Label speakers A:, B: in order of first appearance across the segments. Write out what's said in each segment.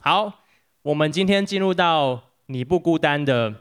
A: 好，我们今天进入到你不孤单的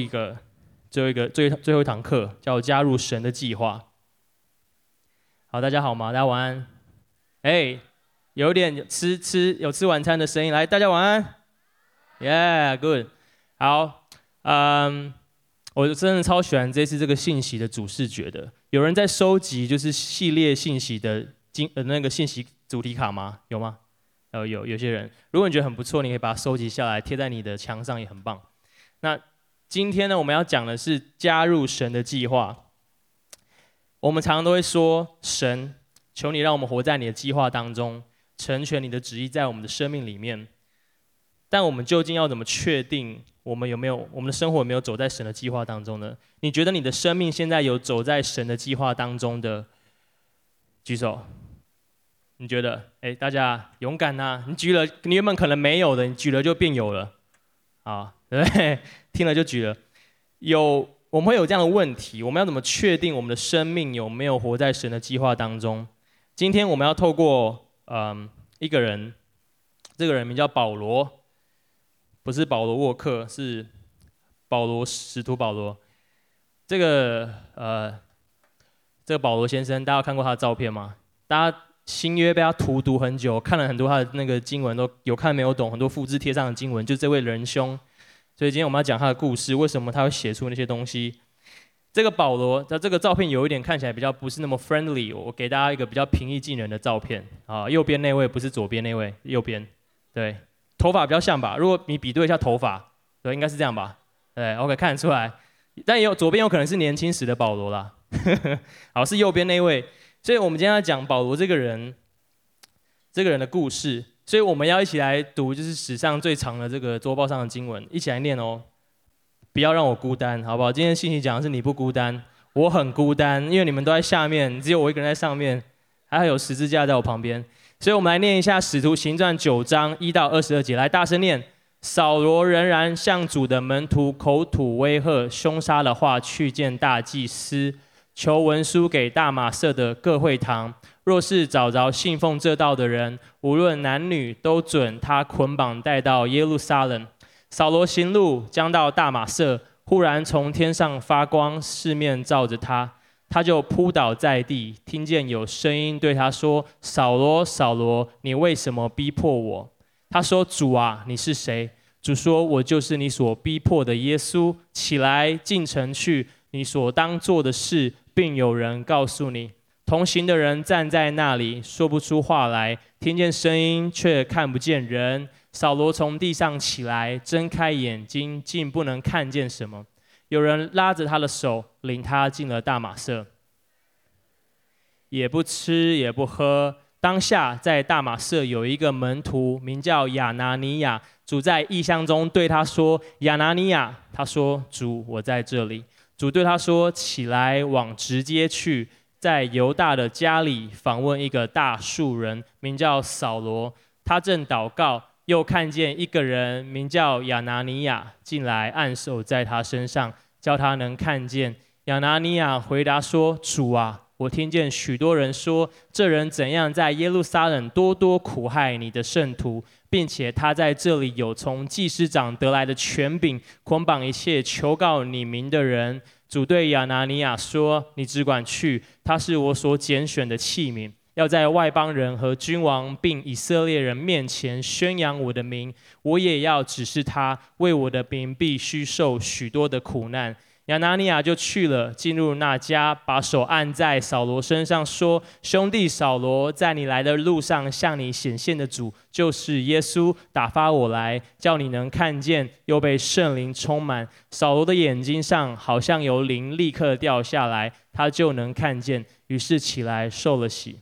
A: 最后一堂课，叫加入神的计划。好，大家好吗？大家晚安。哎，有点有吃晚餐的声音，来，大家晚安。Yeah，good。好，我真的超喜欢这次这个信息的主视觉的。有人在收集就是系列信息的那个信息主题卡吗？有吗？有些人，如果你觉得很不错，你可以把它收集下来，贴在你的墙上，也很棒。那今天呢，我们要讲的是加入神的计划。我们常常都会说，神，求你让我们活在你的计划当中，成全你的旨意在我们的生命里面。但我们究竟要怎么确定我们的生活有没有走在神的计划当中呢？你觉得你的生命现在有走在神的计划当中的，举手。你觉得？大家勇敢呐！你举了，你原本可能没有的，你举了就变有了，啊，对不对？听了就举了。我们会有这样的问题，我们要怎么确定我们的生命有没有活在神的计划当中？今天我们要透过一个人，这个人名叫保罗，不是保罗沃克，是使徒保罗。这个保罗先生，大家有看过他的照片吗？大家新约被他荼毒很久，看了很多他的那个经文，都有看没有懂，很多复制贴上的经文，就是这位仁兄。所以今天我们要讲他的故事，为什么他会写出那些东西？这个保罗的这个照片有一点看起来比较不是那么 friendly， 我给大家一个比较平易近人的照片啊，右边那位不是左边那位，右边，对，头发比较像吧？如果你比对一下头发，对，应该是这样吧？对 ，OK， 看得出来，但左边有可能是年轻时的保罗啦，好，是右边那位。所以我们今天要讲保罗这个人的故事，所以我们要一起来读，就是史上最长的这个周报上的经文，一起来念哦。不要让我孤单，好不好？今天信息讲的是你不孤单，我很孤单，因为你们都在下面，只有我一个人在上面，还有十字架在我旁边。所以我们来念一下《使徒行传》9章1到22节，来大声念。扫罗仍然向主的门徒口吐威吓、凶杀的话，去见大祭司。求文书给大马色的各会堂，若是找着信奉这道的人，无论男女，都准他捆绑带到耶路撒冷。扫罗行路将到大马色，忽然从天上发光，四面照着他，他就扑倒在地，听见有声音对他说：“扫罗，扫罗，你为什么逼迫我？”他说：“主啊，你是谁？”主说：“我就是你所逼迫的耶稣。起来，进城去，你所当做的事，并有人告诉你。”同行的人站在那里，说不出话来，听见声音，却看不见人。扫罗从地上起来，睁开眼睛，竟不能看见什么。有人拉着他的手，领他进了大马色，也不吃也不喝。当下在大马色有一个门徒，名叫亚拿尼亚。主在异象中对他说：“亚拿尼亚。”他说：“主，我在这里。”主对他说：“起来，往直街去，在犹大的家里访问一个大数人，名叫扫罗。他正祷告，又看见一个人名叫亚拿尼亚进来，按手在他身上，叫他能看见。亚拿尼亚回答说：“主啊，我听见许多人说，这人怎样在耶路撒冷多多苦害你的圣徒，并且他在这里有从祭司长得来的权柄，捆绑一切求告你名的人。”主对亚拿尼亚说：“你只管去，他是我所拣选的器皿，要在外邦人和君王并以色列人面前宣扬我的名。我也要指示他，为我的名必须受许多的苦难。”亚拿尼亚就去了，进入那家，把手按在扫罗身上，说：“兄弟扫罗，在你来的路上向你显现的主，就是耶稣，打发我来，叫你能看见，又被圣灵充满。”扫罗的眼睛上好像有灵立刻掉下来，他就能看见，于是起来受了洗。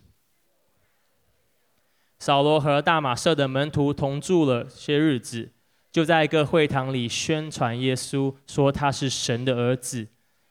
A: 扫罗和大马色的门徒同住了些日子，就在一个会堂里宣传耶稣，说他是神的儿子。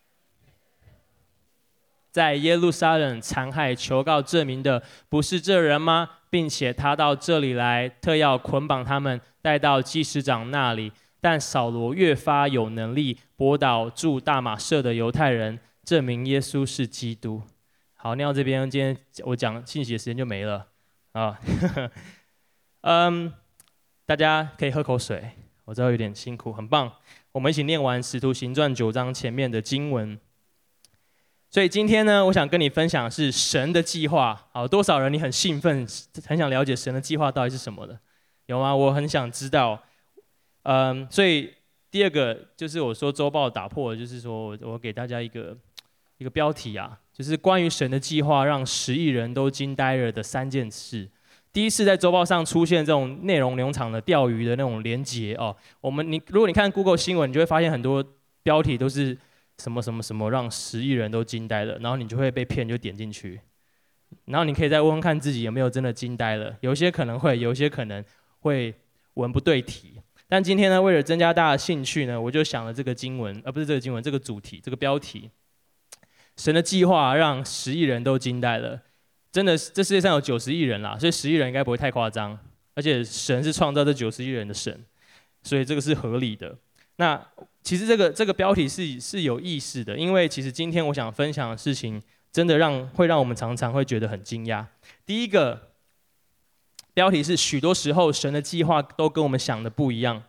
A: 在耶路撒冷残害求告证明的，不是这人吗？并且他到这里来，特要捆绑他们，带到祭司长那里。但扫罗越发有能力，驳倒住大马色的犹太人，证明耶稣是基督。好，念到这边，今天我讲信息的时间就没了啊。 大家可以喝口水，我知道有点辛苦，很棒。我们一起念完《使徒行传》9章前面的经文。所以今天呢，我想跟你分享的是神的计划。好，多少人你很兴奋，很想了解神的计划到底是什么的？有吗？我很想知道。所以第二个就是我说周报打破，就是说我给大家一个标题啊，就是关于神的计划让10亿人都惊呆了的3件事。第一次在周报上出现这种内容农场的钓鱼的那种连结哦，如果你看 Google 新闻，你就会发现很多标题都是什么什么什么让10亿人都惊呆了，然后你就会被骗，就点进去，然后你可以再问问看自己有没有真的惊呆了，有一些可能会，有一些可能会文不对题。但今天呢，为了增加大家的兴趣呢，我就想了这个经文，不是这个经文，这个主题，这个标题，神的计划让10亿人都惊呆了。真的，这世界上有90亿人啦，所以10亿人应该不会太夸张。而且神是创造这90亿人的神，所以这个是合理的。那其实这个标题是有意思的，因为其实今天我想分享的事情，真的会让我们常常会觉得很惊讶。第一个标题是许多时候神的计划都跟我们想的不一样。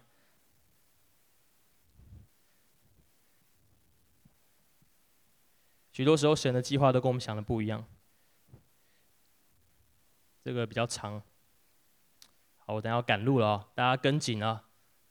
A: 许多时候神的计划都跟我们想的不一样。这个比较长，好，我等一下要赶路了哦，大家跟紧啊。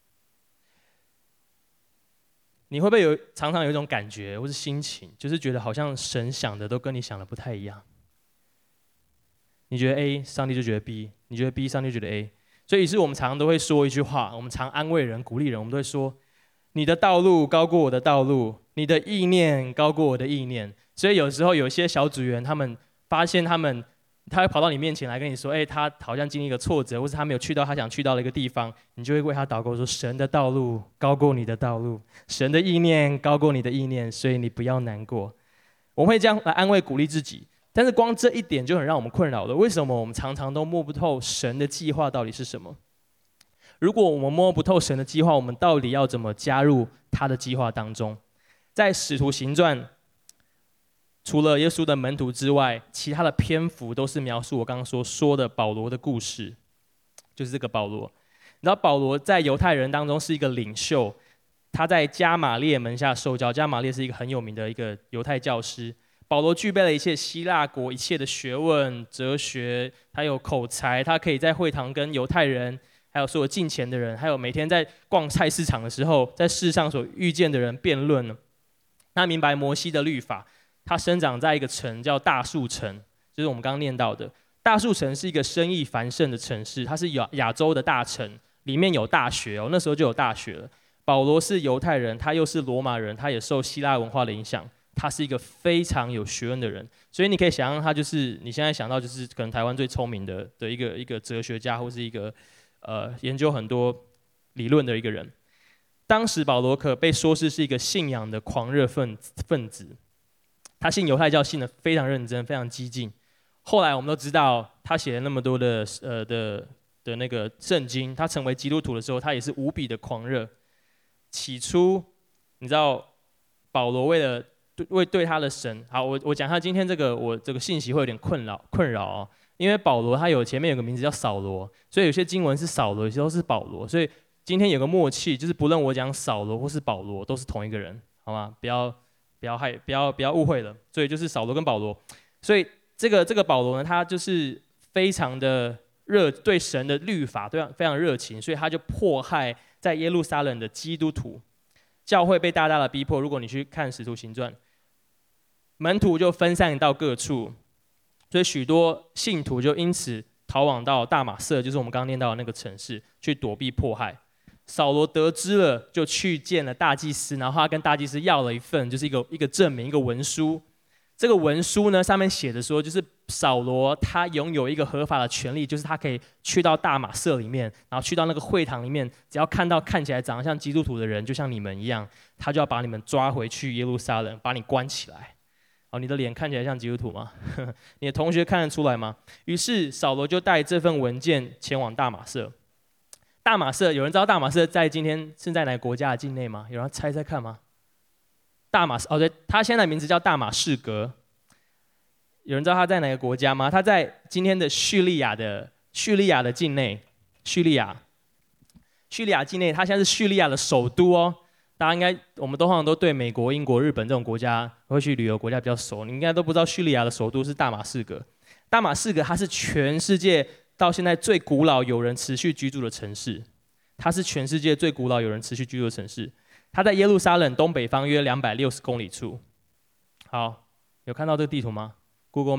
A: 你会不会常常有一种感觉或是心情，就是觉得好像神想的都跟你想的不太一样？你觉得 A， 上帝就觉得 B； 你觉得 B， 上帝就觉得 A。所以于是我们常常都会说一句话，我们常安慰人、鼓励人，我们都会说：你的道路高过我的道路，你的意念高过我的意念。所以有时候有些小组员，他们发现他会跑到你面前来跟你说，他好像经历一个挫折，或是他没有去到他想去到的一个地方，你就会为他祷告说：神的道路高过你的道路，神的意念高过你的意念，所以你不要难过。我会这样来安慰鼓励自己，但是光这一点就很让我们困扰了。为什么我们常常都摸不透神的计划到底是什么？如果我们摸不透神的计划，我们到底要怎么加入他的计划当中？在使徒行传，除了耶稣的门徒之外，其他的篇幅都是描述我刚刚说的保罗的故事，就是这个保罗。你知道保罗在犹太人当中是一个领袖，他在加玛列门下受教，加玛列是一个很有名的一个犹太教师。保罗具备了一切希腊国一切的学问、哲学，他有口才，他可以在会堂跟犹太人，还有所有敬虔的人，还有每天在逛菜市场的时候，在世上所遇见的人辩论。他明白摩西的律法。他生长在一个城叫大树城，就是我们刚刚念到的。大树城是一个生意繁盛的城市，它是亚洲的大城，里面有大学哦，那时候就有大学了。保罗是犹太人，他又是罗马人，他也受希腊文化的影响，他是一个非常有学问的人。所以你可以想象，他就是你现在想到就是可能台湾最聪明的一个哲学家，或是一个研究很多理论的一个人。当时保罗可被说是一个信仰的狂热分子。他信犹太教，信得非常认真，非常激进。后来我们都知道，他写了那么多的那个圣经，他成为基督徒的时候，他也是无比的狂热。起初，你知道，保罗为了对他的神，好，我讲一下今天我这个信息会有点困扰哦，因为保罗他前面有个名字叫扫罗，所以有些经文是扫罗，有些都是保罗，所以今天有个默契，就是不论我讲扫罗或是保罗，都是同一个人，好吗？不要误会了，所以就是扫罗跟保罗，所以这个保罗呢，他就是非常的对神的律法非常热情，所以他就迫害在耶路撒冷的基督徒，教会被大大的逼迫。如果你去看使徒行传，门徒就分散到各处，所以许多信徒就因此逃往到大马色，就是我们刚刚念到的那个城市，去躲避迫害。扫罗得知了，就去见了大祭司，然后他跟大祭司要了一份，就是一个证明，一个文书。这个文书呢，上面写的说，就是扫罗他拥有一个合法的权利，就是他可以去到大马色里面，然后去到那个会堂里面，只要看到看起来长得像基督徒的人，就像你们一样，他就要把你们抓回去耶路撒冷，把你关起来。哦，你的脸看起来像基督徒吗？你的同学看得出来吗？于是扫罗就带这份文件前往大马色。大马色，有人知道大马色在今天是在哪个国家的境内吗？有人猜猜看吗？大马士，对，他现在的名字叫大马士革。有人知道他在哪个国家吗？他在今天的叙利亚的境内。叙利亚， 叙利亚境内，它现在是叙利亚的首都哦。大家应该，我们通常都对美国、英国、日本这种国家会去旅游国家比较熟，你应该都不知道叙利亚的首都是大马士革。大马士革它是全世界到现在最古老有人持续居住的城市，它是全世界最古老有人持续居住的城市。它在耶路撒冷东北方约260公里处。好，有看到这个地图吗 ？Google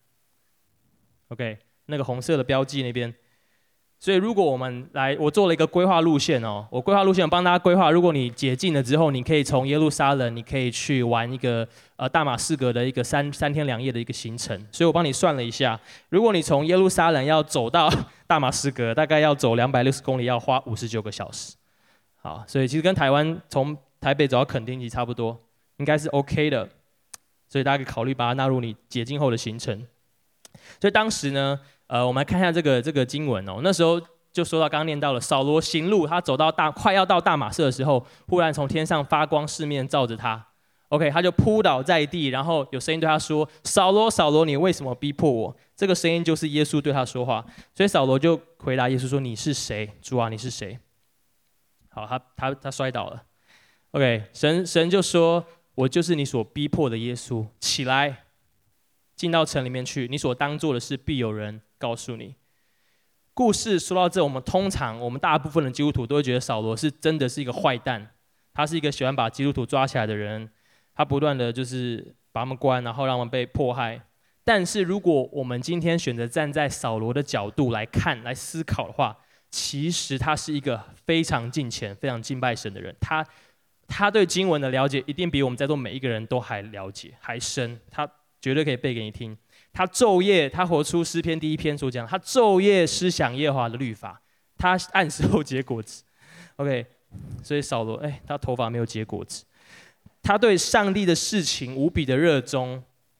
A: Map。OK， 那个红色的标记那边。所以，如果我做了一个规划路线哦，我规划路线帮大家规划。如果你解禁了之后，你可以从耶路撒冷，你可以去玩一个大马士革的一个三天2夜的一个行程。所以我帮你算了一下，如果你从耶路撒冷要走到大马士革，大概要走260公里，要花59个小时。好，所以其实跟台湾从台北走到垦丁其实差不多，应该是 OK 的。所以大家可以考虑把它纳入你解禁后的行程。所以当时呢。我们来看一下这个经文哦。那时候就说到，刚刚念到了，扫罗行路，他走到快要到大马色的时候，忽然从天上发光，四面照着他。OK， 他就扑倒在地，然后有声音对他说：“扫罗，扫罗，你为什么逼迫我？”这个声音就是耶稣对他说话。所以扫罗就回答耶稣说：“你是谁？主啊，你是谁？”好，他摔倒了。OK， 神就说：“我就是你所逼迫的耶稣，起来，进到城里面去，你所当做的事必有人告诉你。”故事说到这，我们大部分的基督徒都会觉得扫罗是真的是一个坏蛋，他是一个喜欢把基督徒抓起来的人，他不断的就是把他们关，然后让他们被迫害。但是如果我们今天选择站在扫罗的角度来看、来思考的话，其实他是一个非常敬虔、非常敬拜神的人。他对经文的了解一定比我们在座每一个人都还了解、还深，他绝对可以背给你听。他昼夜，他活出诗篇第1篇所讲，他昼夜思想耶和华的律法，他按时候结果子。OK， 所以扫罗，他头发没有结果子。他对上帝的事情无比的热衷，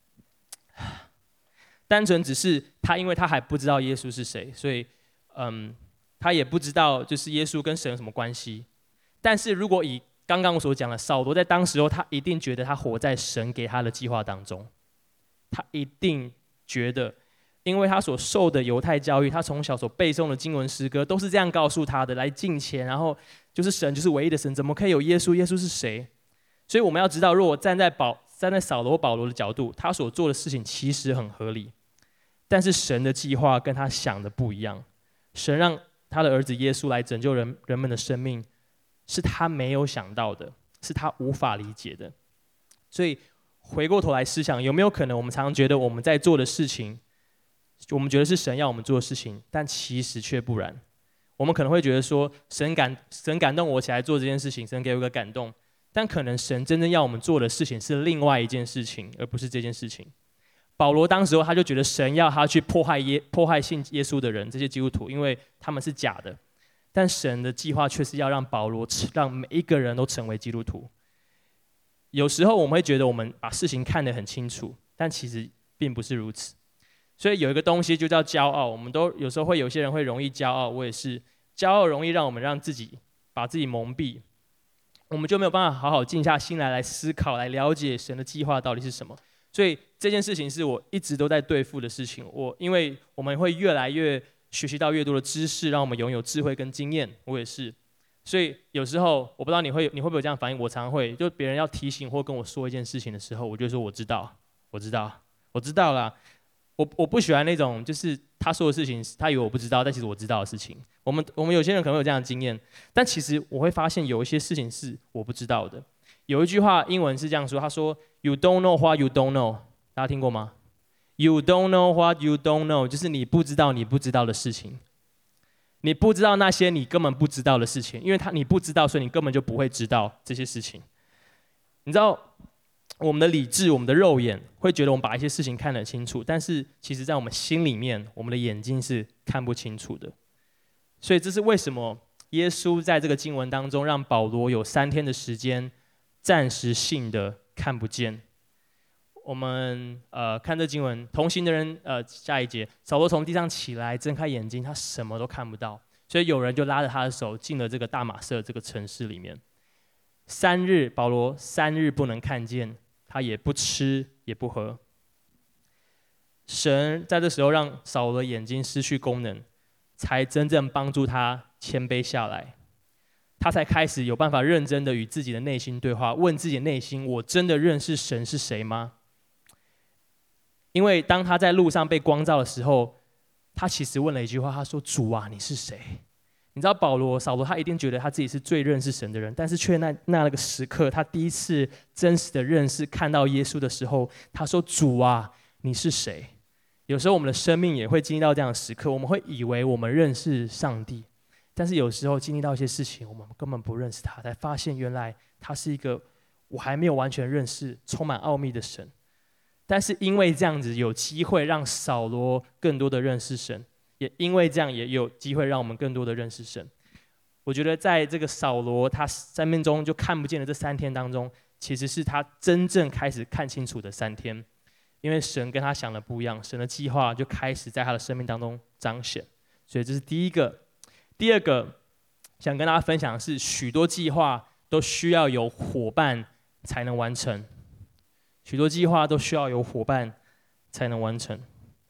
A: 单纯只是他，因为他还不知道耶稣是谁，所以，他也不知道就是耶稣跟神有什么关系。但是如果以刚刚我所讲的，扫罗在当时候，他一定觉得他活在神给他的计划当中，他一定觉得，因为他所受的犹太教育，他从小所背诵的经文诗歌，都是这样告诉他的：来敬虔，然后就是神就是唯一的神，怎么可以有耶稣？耶稣是谁？所以我们要知道，如果站在扫罗保罗的角度，他所做的事情其实很合理，但是神的计划跟他想的不一样。神让他的儿子耶稣来拯救人们的生命，是他没有想到的，是他无法理解的。所以回过头来思想，有没有可能我们常常觉得我们在做的事情，我们觉得是神要我们做的事情，但其实却不然。我们可能会觉得说，神感动我起来做这件事情，神给我一个感动，但可能神真正要我们做的事情是另外一件事情，而不是这件事情。保罗当时他就觉得神要他去迫害信耶稣的人，这些基督徒，因为他们是假的。但神的计划却是要让让每一个人都成为基督徒。有时候我们会觉得我们把事情看得很清楚，但其实并不是如此。所以有一个东西就叫骄傲，我们都有时候有些人会容易骄傲，我也是。骄傲容易让我们把自己蒙蔽，我们就没有办法好好静下心来思考，来了解神的计划到底是什么。所以这件事情是我一直都在对付的事情。因为我们会越来越学习到越多的知识，让我们拥有智慧跟经验。我也是。所以有时候我不知道你会不会有这样反应，我常会，就别人要提醒或跟我说一件事情的时候，我就说我知道啦。我不喜欢那种就是他说的事情，他以为我不知道，但其实我知道的事情。我们有些人可能会有这样的经验，但其实我会发现有一些事情是我不知道的。有一句话英文是这样说，他说 "You don't know what you don't know"， 大家听过吗？ You don't know what you don't know， 就是你不知道你不知道的事情。你不知道那些你根本不知道的事情，因为你不知道，所以你根本就不会知道这些事情。你知道，我们的理智、我们的肉眼会觉得我们把一些事情看得很清楚，但是其实在我们心里面，我们的眼睛是看不清楚的。所以这是为什么耶稣在这个经文当中让保罗有3天的时间暂时性的看不见。我们看这经文，同行的人下一节，扫罗从地上起来，睁开眼睛，他什么都看不到，所以有人就拉着他的手进了这个大马色这个城市里面。保罗3日不能看见，他也不吃也不喝。神在这时候让扫罗的眼睛失去功能，才真正帮助他谦卑下来。 他才开始有办法认真的与自己的内心对话，问自己的内心：我真的认识神是谁吗？因为当他在路上被光照的时候，他其实问了一句话，他说：主啊，你是谁？你知道扫罗他一定觉得他自己是最认识神的人，但是却那个时刻，他第一次真实的认识看到耶稣的时候，他说：主啊，你是谁？有时候我们的生命也会经历到这样的时刻，我们会以为我们认识上帝，但是有时候经历到一些事情，我们根本不认识他，才发现原来他是一个我还没有完全认识、充满奥秘的神。但是因为这样子，有机会让扫罗更多的认识神，也因为这样，也有机会让我们更多的认识神。我觉得在这个扫罗他生命中就看不见的这3天当中，其实是他真正开始看清楚的3天。因为神跟他想的不一样，神的计划就开始在他的生命当中彰显。所以这是第一个。第二个想跟大家分享的是，许多计划都需要有伙伴才能完成。许多计划都需要有伙伴才能完成。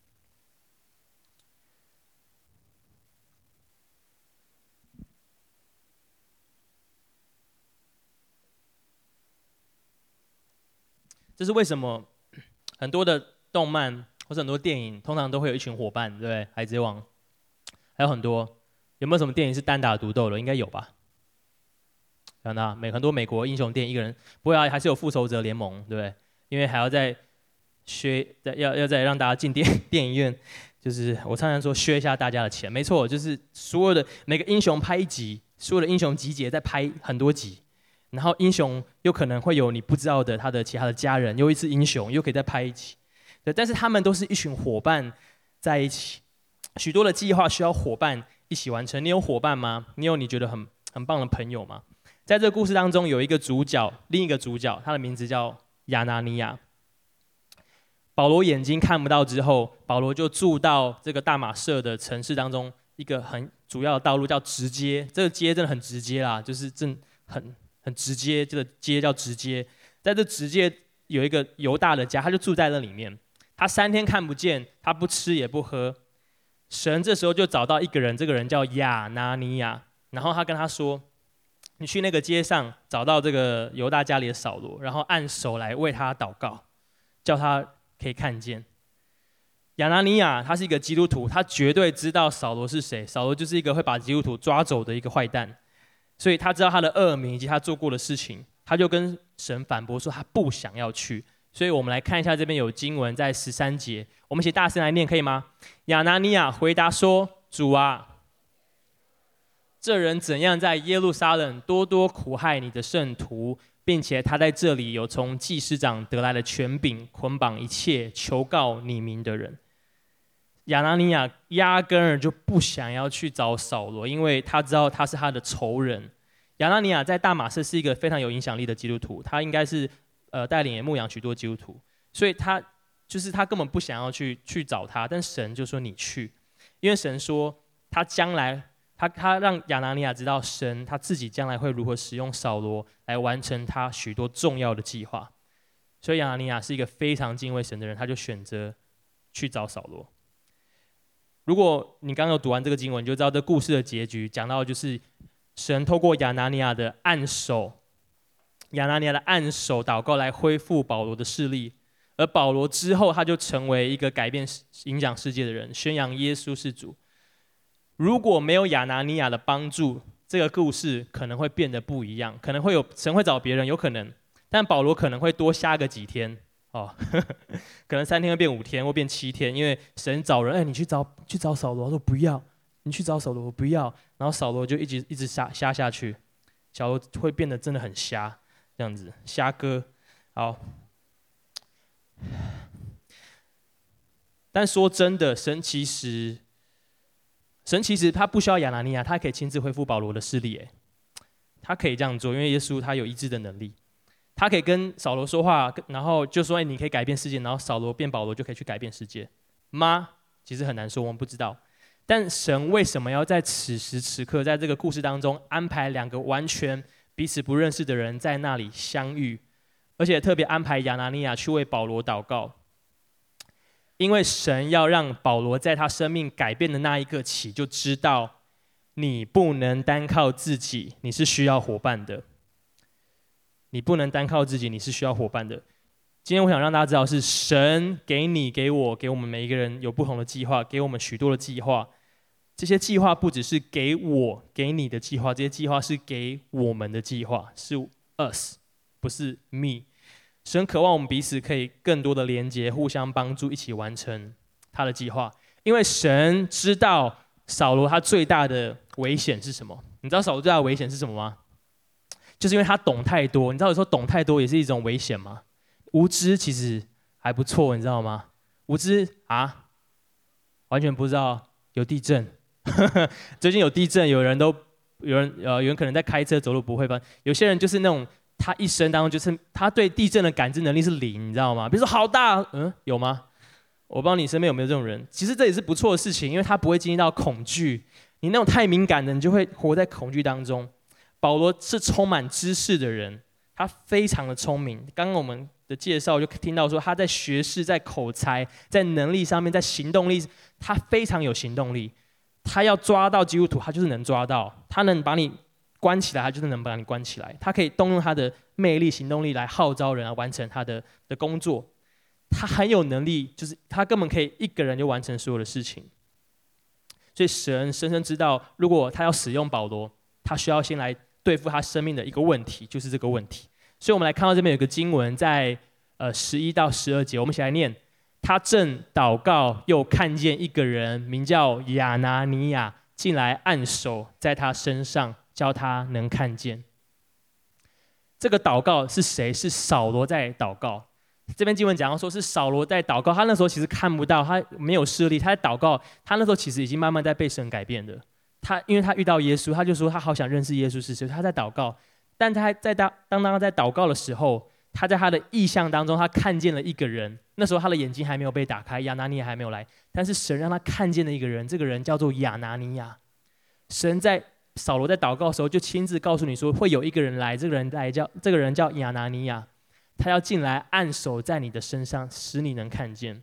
A: 这是为什么很多的动漫或者很多电影通常都会有一群伙伴，对不对？海贼王还有很多，有没有什么电影是单打独斗的？应该有吧？很多美国英雄电影，一个人不会啊，还是有复仇者联盟，对不对？因为还要再要再让大家进电影院，就是我常常说削一下大家的钱，没错，就是所有的每个英雄拍一集，所有的英雄集结再拍很多集。然后英雄又可能会有你不知道的他的其他的家人，又一次英雄又可以再拍一起，对，但是他们都是一群伙伴在一起。许多的计划需要伙伴一起完成。你有伙伴吗？你有你觉得很棒的朋友吗？在这个故事当中，有一个主角，另一个主角，他的名字叫亚拿尼亚。保罗眼睛看不到之后，保罗就住到这个大马色的城市当中一个很主要的道路叫直街。这个街真的很直接啦，就是很直接，这个街叫直街。在这直街有一个犹大的家，他就住在那里面。他3天看不见，他不吃也不喝。神这时候就找到一个人，这个人叫亚拿尼亚，然后他跟他说：“你去那个街上找到这个犹大家里的扫罗，然后按手来为他祷告，叫他可以看见。”亚拿尼亚他是一个基督徒，他绝对知道扫罗是谁。扫罗就是一个会把基督徒抓走的一个坏蛋。所以他知道他的恶名以及他做过的事情，他就跟神反驳说他不想要去。所以我们来看一下，这边有经文在13节，我们一起大声来念，可以吗？亚拿尼亚回答说：“主啊，这人怎样在耶路撒冷多多苦害你的圣徒，并且他在这里有从祭司长得来的权柄，捆绑一切求告你名的人。”亚拿尼亚压根儿就不想要去找扫罗，因为他知道他是他的仇人。亚拿尼亚在大马色是一个非常有影响力的基督徒，他应该是带领也牧养许多基督徒，所以他根本不想要去找他，但神就说你去，因为神说他将来他让亚拿尼亚知道神他自己将来会如何使用扫罗来完成他许多重要的计划，所以亚拿尼亚是一个非常敬畏神的人，他就选择去找扫罗。如果你刚刚有读完这个经文，你就知道这故事的结局讲到就是神透过亚拿尼亚的按手祷告来恢复保罗的势力，而保罗之后他就成为一个改变影响世界的人，宣扬耶稣是主。如果没有亚拿尼亚的帮助，这个故事可能会变得不一样，可能会有神会找别人，有可能，但保罗可能会多瞎个几天。可能3天会变5天，或变7天，因为神找人，你去找扫罗，他说不要，你去找扫罗，我不要，然后扫罗就一直瞎下去，小罗会变得真的很瞎，这样子瞎哥。好，但说真的，神其实他不需要亚拿尼亚，他可以亲自恢复保罗的势力，他可以这样做，因为耶稣他有医治的能力。他可以跟扫罗说话，然后就说：“你可以改变世界。”然后扫罗变保罗就可以去改变世界吗？其实很难说，我们不知道。但神为什么要在此时此刻，在这个故事当中安排2个完全彼此不认识的人在那里相遇，而且特别安排亚拿尼亚去为保罗祷告？因为神要让保罗在他生命改变的那一刻起，就知道你不能单靠自己，你是需要伙伴的。你不能单靠自己，你是需要伙伴的。今天我想让大家知道，是神给你、给我、给我们每一个人有不同的计划，给我们许多的计划。这些计划不只是给我、给你的计划，这些计划是给我们的计划，是 us， 不是 me。神渴望我们彼此可以更多的连结，互相帮助，一起完成他的计划。因为神知道扫罗他最大的危险是什么？你知道扫罗最大的危险是什么吗？就是因为他懂太多。你知道有时候懂太多也是一种危险吗？无知其实还不错，你知道吗？无知啊，完全不知道有地震。最近有地震，有人可能在开车走路不会吧？有些人就是那种他一生当中就是他对地震的感知能力是零，你知道吗？比如说好大，有吗？我不知道你身边有没有这种人。其实这也是不错的事情，因为他不会经历到恐惧。你那种太敏感的，你就会活在恐惧当中。保罗是充满知识的人，他非常的聪明。刚刚我们的介绍就听到说，他在学识、在口才、在能力上面、在行动力，他非常有行动力。他要抓到基督徒，他就是能抓到；他能把你关起来，他就是能把你关起来。他可以动用他的魅力、行动力来号召人，来完成他的工作。他很有能力，就是他根本可以一个人就完成所有的事情。所以神深深知道，如果他要使用保罗，他需要先来对付他生命的一个问题，就是这个问题。所以我们来看到这边有个经文，在11到12节，我们一起来念。他正祷告，又看见一个人名叫亚拿尼亚进来按手在他身上，叫他能看见。这个祷告是谁？是扫罗在祷告。这边经文讲到说是扫罗在祷告，他那时候其实看不到，他没有视力，他在祷告，他那时候其实已经慢慢在被神改变的。因为他遇到耶稣，他就说他好想认识耶稣是谁，他在祷告。但他当他在祷告的时候，他在他的意象当中，他看见了一个人。那时候他的眼睛还没有被打开，亚拿尼亚还没有来，但是神让他看见了一个人，这个人叫做亚拿尼亚。神在扫罗在祷告的时候，就亲自告诉你说，会有一个人来，这个人叫亚拿尼亚，他要进来按手在你的身上，使你能看见。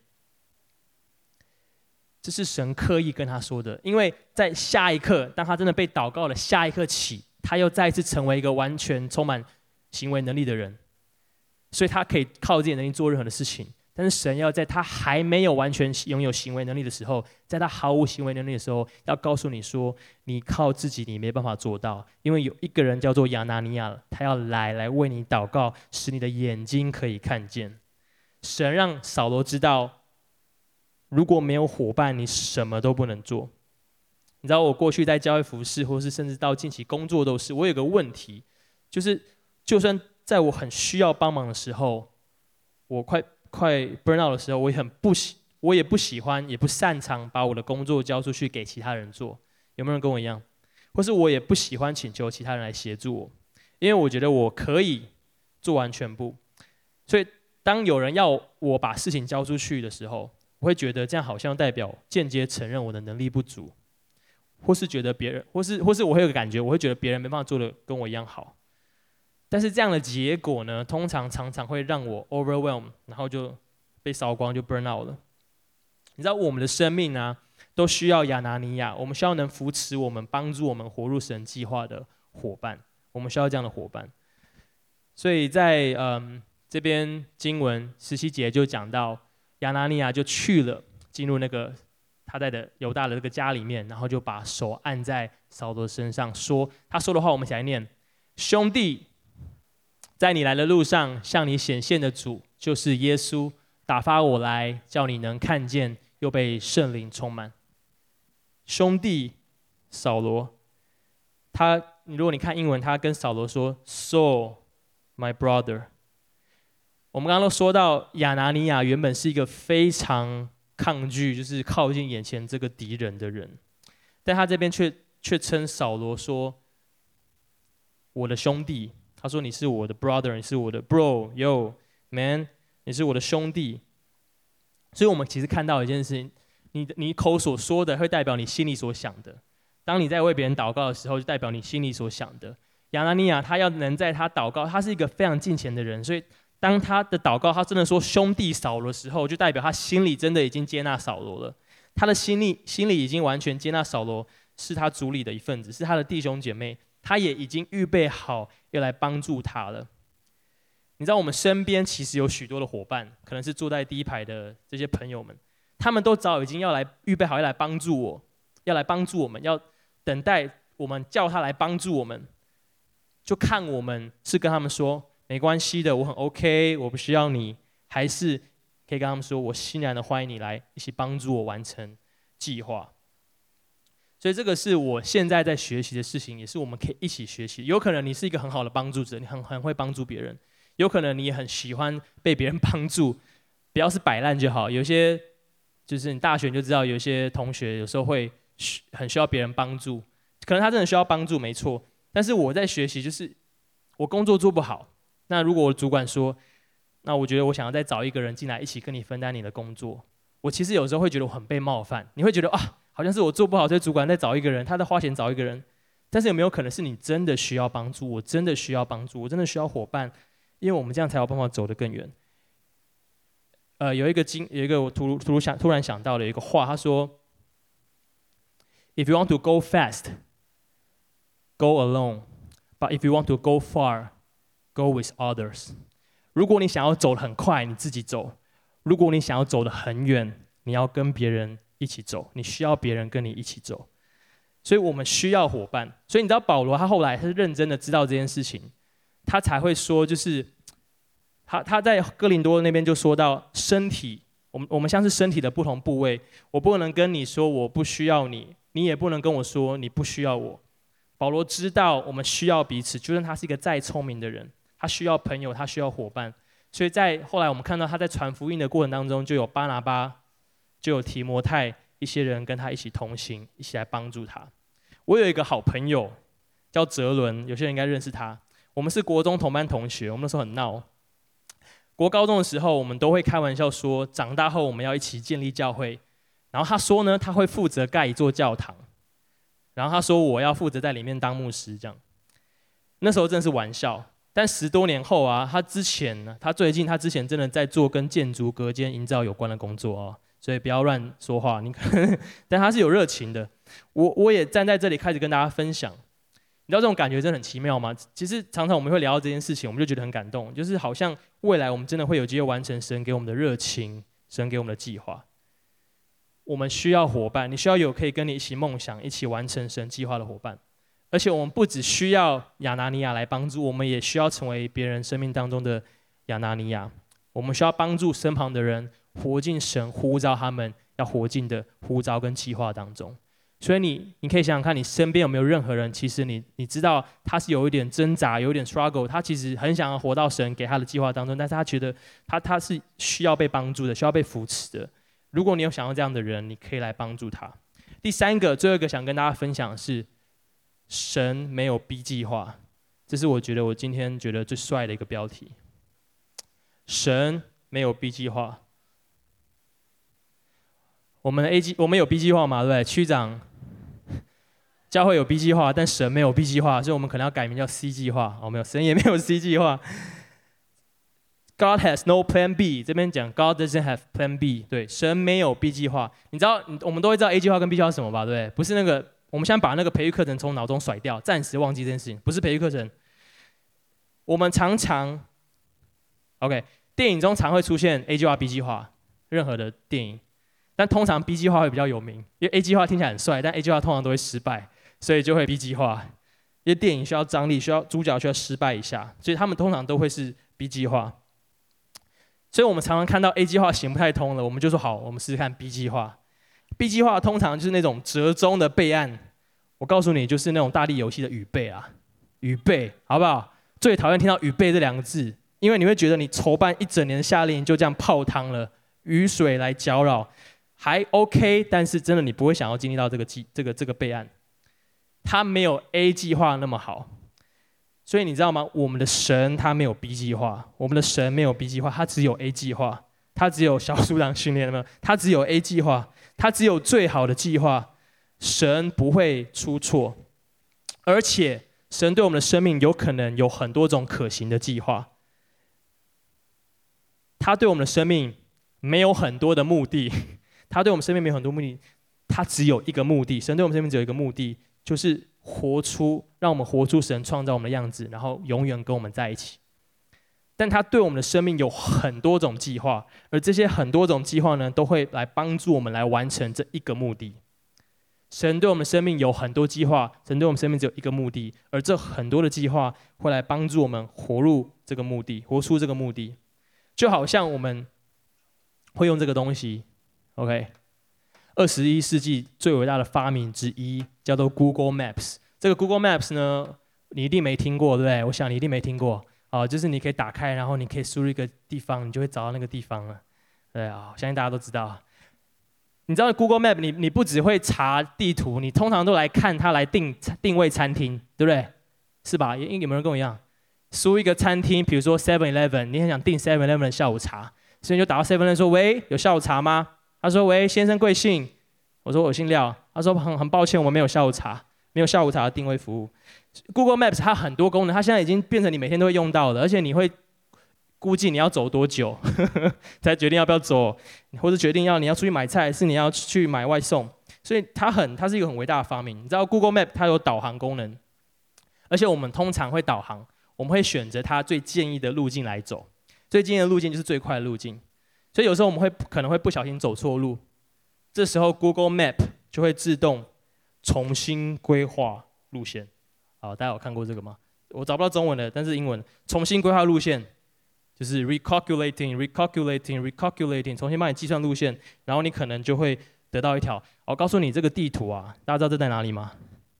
A: 这是神刻意跟他说的，因为在下一刻，当他真的被祷告了，下一刻起，他又再一次成为一个完全充满行为能力的人，所以他可以靠自己的能力做任何的事情。但是神要在他还没有完全拥有行为能力的时候，在他毫无行为能力的时候，要告诉你说，你靠自己你没办法做到，因为有一个人叫做亚拿尼亚，他要来为你祷告，使你的眼睛可以看见。神让扫罗知道，如果没有伙伴，你什么都不能做。你知道我过去在教会服事，或是甚至到近期工作都是，我有个问题，就是就算在我很需要帮忙的时候，我快 burn out 的时候，我也不喜欢，也不擅长把我的工作交出去给其他人做。有没有人跟我一样？或是我也不喜欢请求其他人来协助我，因为我觉得我可以做完全部。所以当有人要我把事情交出去的时候，我会觉得这样好像代表间接承认我的能力不足，或是觉得别人，或是我会有个感觉，我会觉得别人没办法做的跟我一样好。但是这样的结果呢，常常会让我 overwhelm， 然后就被烧光，就 burn out 了。你知道我们的生命啊，都需要亚拿尼亚，我们需要能扶持我们、帮助我们活入神计划的伙伴，我们需要这样的伙伴。所以在这边经文17节就讲到，亚拿尼亚就去了，进入那个他在的犹大的这个家里面，然后就把手按在扫罗身上，他说的话，我们一起来念：兄弟，在你来的路上，向你显现的主就是耶稣，打发我来，叫你能看见，又被圣灵充满。兄弟扫罗，如果你看英文，他跟扫罗说 Saul my brother。 我们刚刚都说到，亚拿尼亚原本是一个非常抗拒，就是靠近眼前这个敌人的人，但他这边却称扫罗说我的兄弟。他说你是我的 brother， 你是我的 bro yo man， 你是我的兄弟。所以我们其实看到一件事情，你口所说的会代表你心里所想的。当你在为别人祷告的时候，就代表你心里所想的。亚拿尼亚他要能在他祷告，他是一个非常敬虔的人，所以当他的祷告他真的说兄弟扫罗的时候，就代表他心里真的已经接纳扫罗了。他的心里已经完全接纳扫罗， 是他族里的一份子，是他的弟兄姐妹，他也已经预备好要来帮助他了。你知道我们身边其实有许多的伙伴，可能是坐在第一排的这些朋友们，他们都早已经要来预备好要来帮助我，要来帮助我们，要等待我们叫他来帮助我们，就看我们是跟他们说没关系的，我很 OK， 我不需要你，还是可以跟他们说我欣然的欢迎你来一起帮助我完成计划。所以这个是我现在在学习的事情，也是我们可以一起学习。有可能你是一个很好的帮助者，你很会帮助别人，有可能你也很喜欢被别人帮助，不要是摆烂就好。有些就是你大学就知道，有些同学有时候会很需要别人帮助，可能他真的需要帮助，没错。但是我在学习，就是我工作做不好，那如果我主管说，那我觉得我想要再找一个人进来一起跟你分担你的工作，我其实有时候会觉得我很被冒犯，你会觉得啊，好像是我做不好，所以主管再找一个人，他在花钱找一个人。但是有没有可能是你真的需要帮助，我真的需要帮助，我真的需要伙伴，因为我们这样才有办法走得更远。有一个我突然想到的一个话，他说 ：“If you want to go fast, go alone. But if you want to go far, go with others.” 如果你想要走得很快，你自己走；如果你想要走得很远，你要跟别人一起走。你需要别人跟你一起走，所以我们需要伙伴。所以你知道保罗他后来是认真的知道这件事情，他才会说，就是他在哥林多那边就说到身体，我们像是身体的不同部位，我不能跟你说我不需要你，你也不能跟我说你不需要我。保罗知道我们需要彼此，就算他是一个再聪明的人，他需要朋友，他需要伙伴。所以在后来我们看到他在传福音的过程当中，就有巴拿巴，就有提摩太，一些人跟他一起同行，一起来帮助他。我有一个好朋友叫哲伦，有些人应该认识他。我们是国中同班同学，我们那时候很闹。国高中的时候，我们都会开玩笑说，长大后我们要一起建立教会。然后他说呢，他会负责盖一座教堂。然后他说我要负责在里面当牧师，这样。那时候真的是玩笑，但10多年后啊，他之前真的在做跟建筑、隔间、营造有关的工作哦，所以不要乱说话。但他是有热情的。我也站在这里开始跟大家分享，你知道这种感觉真的很奇妙吗？其实常常我们会聊到这件事情，我们就觉得很感动，就是好像未来我们真的会有机会完成神给我们的热情，神给我们的计划。我们需要伙伴，你需要有可以跟你一起梦想、一起完成神计划的伙伴。而且我们不只需要亚拿尼亚来帮助，我们也需要成为别人生命当中的亚拿尼亚。我们需要帮助身旁的人活进神呼召他们要活进的呼召跟计划当中。所以你可以想想看，你身边有没有任何人，其实你知道他是有一点挣扎，有一点 struggle， 他其实很想要活到神给他的计划当中，但是他觉得他是需要被帮助的，需要被扶持的。如果你有想要这样的人，你可以来帮助他。第三个，最后一个想跟大家分享的是，神没有 B 计划，这是我今天觉得最帅的一个标题。神没有 B 计划。我们有 B 计划嘛，对不对？区长，教会有 B 计划，但神没有 B 计划，所以我们可能要改名叫 C 计划。没有，神也没有 C 计划。God has no plan B， 这边讲 God doesn't have plan B， 对，神没有 B 计划。你知道，我们都会知道 A 计划跟 B 计划是什么吧？对不对？不是那个，我们现在把那个培育课程从脑中甩掉，暂时忘记这件事情，不是培育课程。我们常常 ，OK， 电影中常会出现 A 计划、B 计划，任何的电影，但通常 B 计划会比较有名，因为 A 计划听起来很帅，但 A 计划通常都会失败，所以就会 B 计划。因为电影需要张力，主角需要失败一下，所以他们通常都会是 B 计划。所以我们常常看到 A 计划行不太通了，我们就说好，我们试试看 B 计划。B 计划通常就是那种折中的备案。我告诉你，就是那种大地游戏的预备啊，预备，好不好？最讨厌听到预备这2个字，因为你会觉得你筹办一整年的夏令营就这样泡汤了，雨水来搅扰，还 OK， 但是真的你不会想要经历到这个备案，它没有 A 计划那么好。所以你知道吗？我们的神他没有 B 计划，我们的神没有 B 计划，他只有 A 计划，他只有小组长训练，有没有？他只有 A 计划，他只有最好的计划。神不会出错，而且神对我们的生命有可能有很多种可行的计划。他对我们的生命没有很多的目的，他对我们生命没有很多目的， 他只有一个目的，神对我们生命只有一个目的，就是让我们活出神创造我们的样子，然后永远跟我们在一起。但他对我们的生命有很多种计划，而这些很多种计划呢，都会来帮助我们来完成这一个目的。神对我们生命有很多计划，神对我们生命只有一个目的，而这很多的计划会来帮助我们活出这个目的。就好像我们会用这个东西 ，OK，21世纪最伟大的发明之一叫做 Google Maps。这个 Google Maps 呢，你一定没听过，对不对？我想你一定没听过。就是你可以打开，然后你可以输入一个地方，你就会找到那个地方了。对啊，相信大家都知道。你知道 Google Map， 你不只会查地图，你通常都来看它来定位餐厅，对不对？是吧？有没有人跟我一样？输一个餐厅，比如说 7-Eleven， 你很想订 7-Eleven 的下午茶，所以你就打到 7-Eleven 说：“喂，有下午茶吗？”他说：“喂，先生贵姓？”我说：“我姓廖。”他说：“很抱歉，我们没有下午茶，没有下午茶的定位服务。” Google Maps 它很多功能，它现在已经变成你每天都会用到的，而且你会估计你要走多久才决定要不要走，或者决定你要出去买菜，还是你要去买外送。所以它是一个很伟大的发明。你知道 Google Map 它有导航功能，而且我们通常会导航，我们会选择它最建议的路径来走，最建议的路径就是最快的路径。所以有时候我们可能会不小心走错路，这时候 Google Map 就会自动重新规划路线。好，大家有看过这个吗？我找不到中文的，但是英文重新规划路线，就是 recalculating， 重新帮你计算路线，然后你可能就会得到一条。我告诉你，这个地图啊，大家知道这在哪里吗？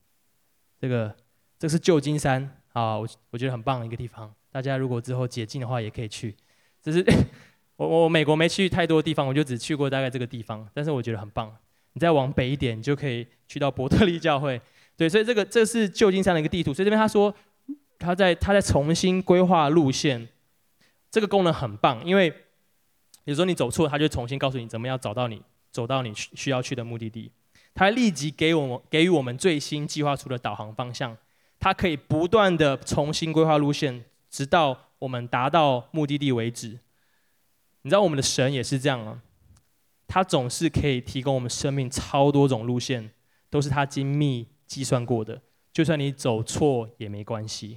A: 这是旧金山啊，我觉得很棒的一个地方。大家如果之后解禁的话，也可以去。这是我美国没去太多地方，我就只去过大概这个地方，但是我觉得很棒。你再往北一点，你就可以去到伯特利教会。对，所以这是旧金山的一个地图，所以这边他说他在重新规划路线，这个功能很棒，因为有时候你走错，他就重新告诉你怎么样走到你需要去的目的地，他立即给予我们最新计划出的导航方向，它可以不断的重新规划路线，直到我们达到目的地为止。你知道我们的神也是这样啊，他总是可以提供我们生命超多种路线，都是他精密计算过的，就算你走错也没关系，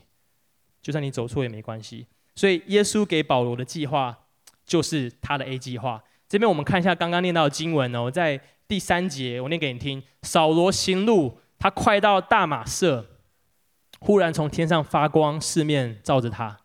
A: 所以耶稣给保罗的计划就是他的 A 计划。这边我们看一下刚刚念到的经文哦，在第3节我念给你听。扫罗行路，他快到大马色，忽然从天上发光，四面照着他。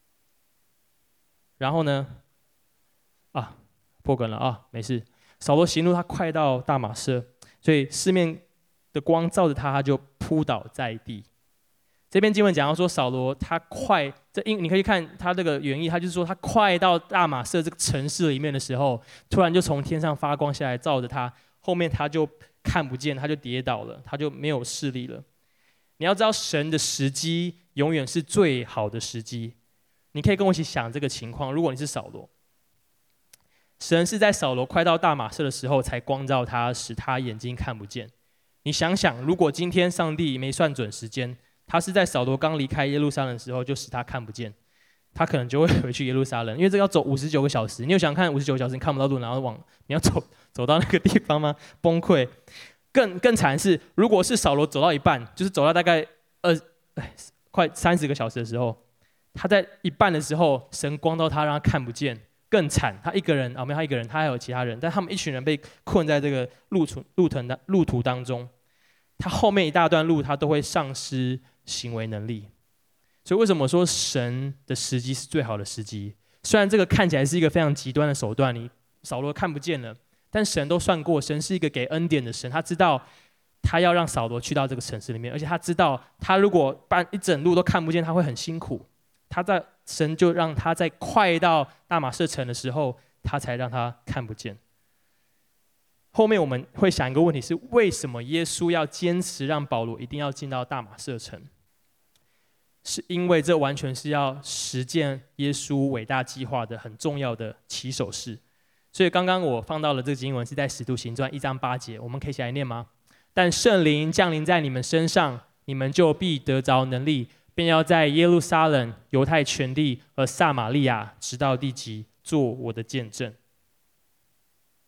A: 然后呢？破梗了啊，没事。扫罗行路，他快到大马色，所以四面的光照着他，他就扑倒在地。这篇经文讲到说，扫罗他快，你可以看他这个原意，他就是说他快到大马色这个城市里面的时候，突然就从天上发光下来照着他，后面他就看不见，他就跌倒了，他就没有视力了。你要知道，神的时机永远是最好的时机。你可以跟我一起想这个情况，如果你是扫罗，神是在扫罗快到大马色的时候才光照他，使他眼睛看不见。你想想，如果今天上帝没算准时间，他是在扫罗刚离开耶路撒冷的时候就使他看不见，他可能就会回去耶路撒冷，因为这个要走59个小时。你有想看59个小时你看不到路，然后你要走到那个地方吗？崩溃。更惨的是，如果是扫罗走到一半，就是走到大概快30个小时的时候，他在一半的时候，神光照他，让他看不见。更惨，他一个人没有他一个人，他还有其他人，但他们一群人被困在这个路途当中，他后面一大段路他都会丧失行为能力。所以为什么说神的时机是最好的时机？虽然这个看起来是一个非常极端的手段，你扫罗看不见了，但神都算过，神是一个给恩典的神，他知道他要让扫罗去到这个城市里面，而且他知道他如果一整路都看不见，他会很辛苦。神就让他在快到大马色城的时候，他才让他看不见。后面我们会想一个问题是：为什么耶稣要坚持让保罗一定要进到大马色城？是因为这完全是要实践耶稣伟大计划的很重要的起手式。所以刚刚我放到了这个经文是在使徒行传1章8节，我们可以一起来念吗？但圣灵降临在你们身上，你们就必得着能力，便要在耶路撒冷、犹太全地和撒玛利亚直到地极，做我的见证。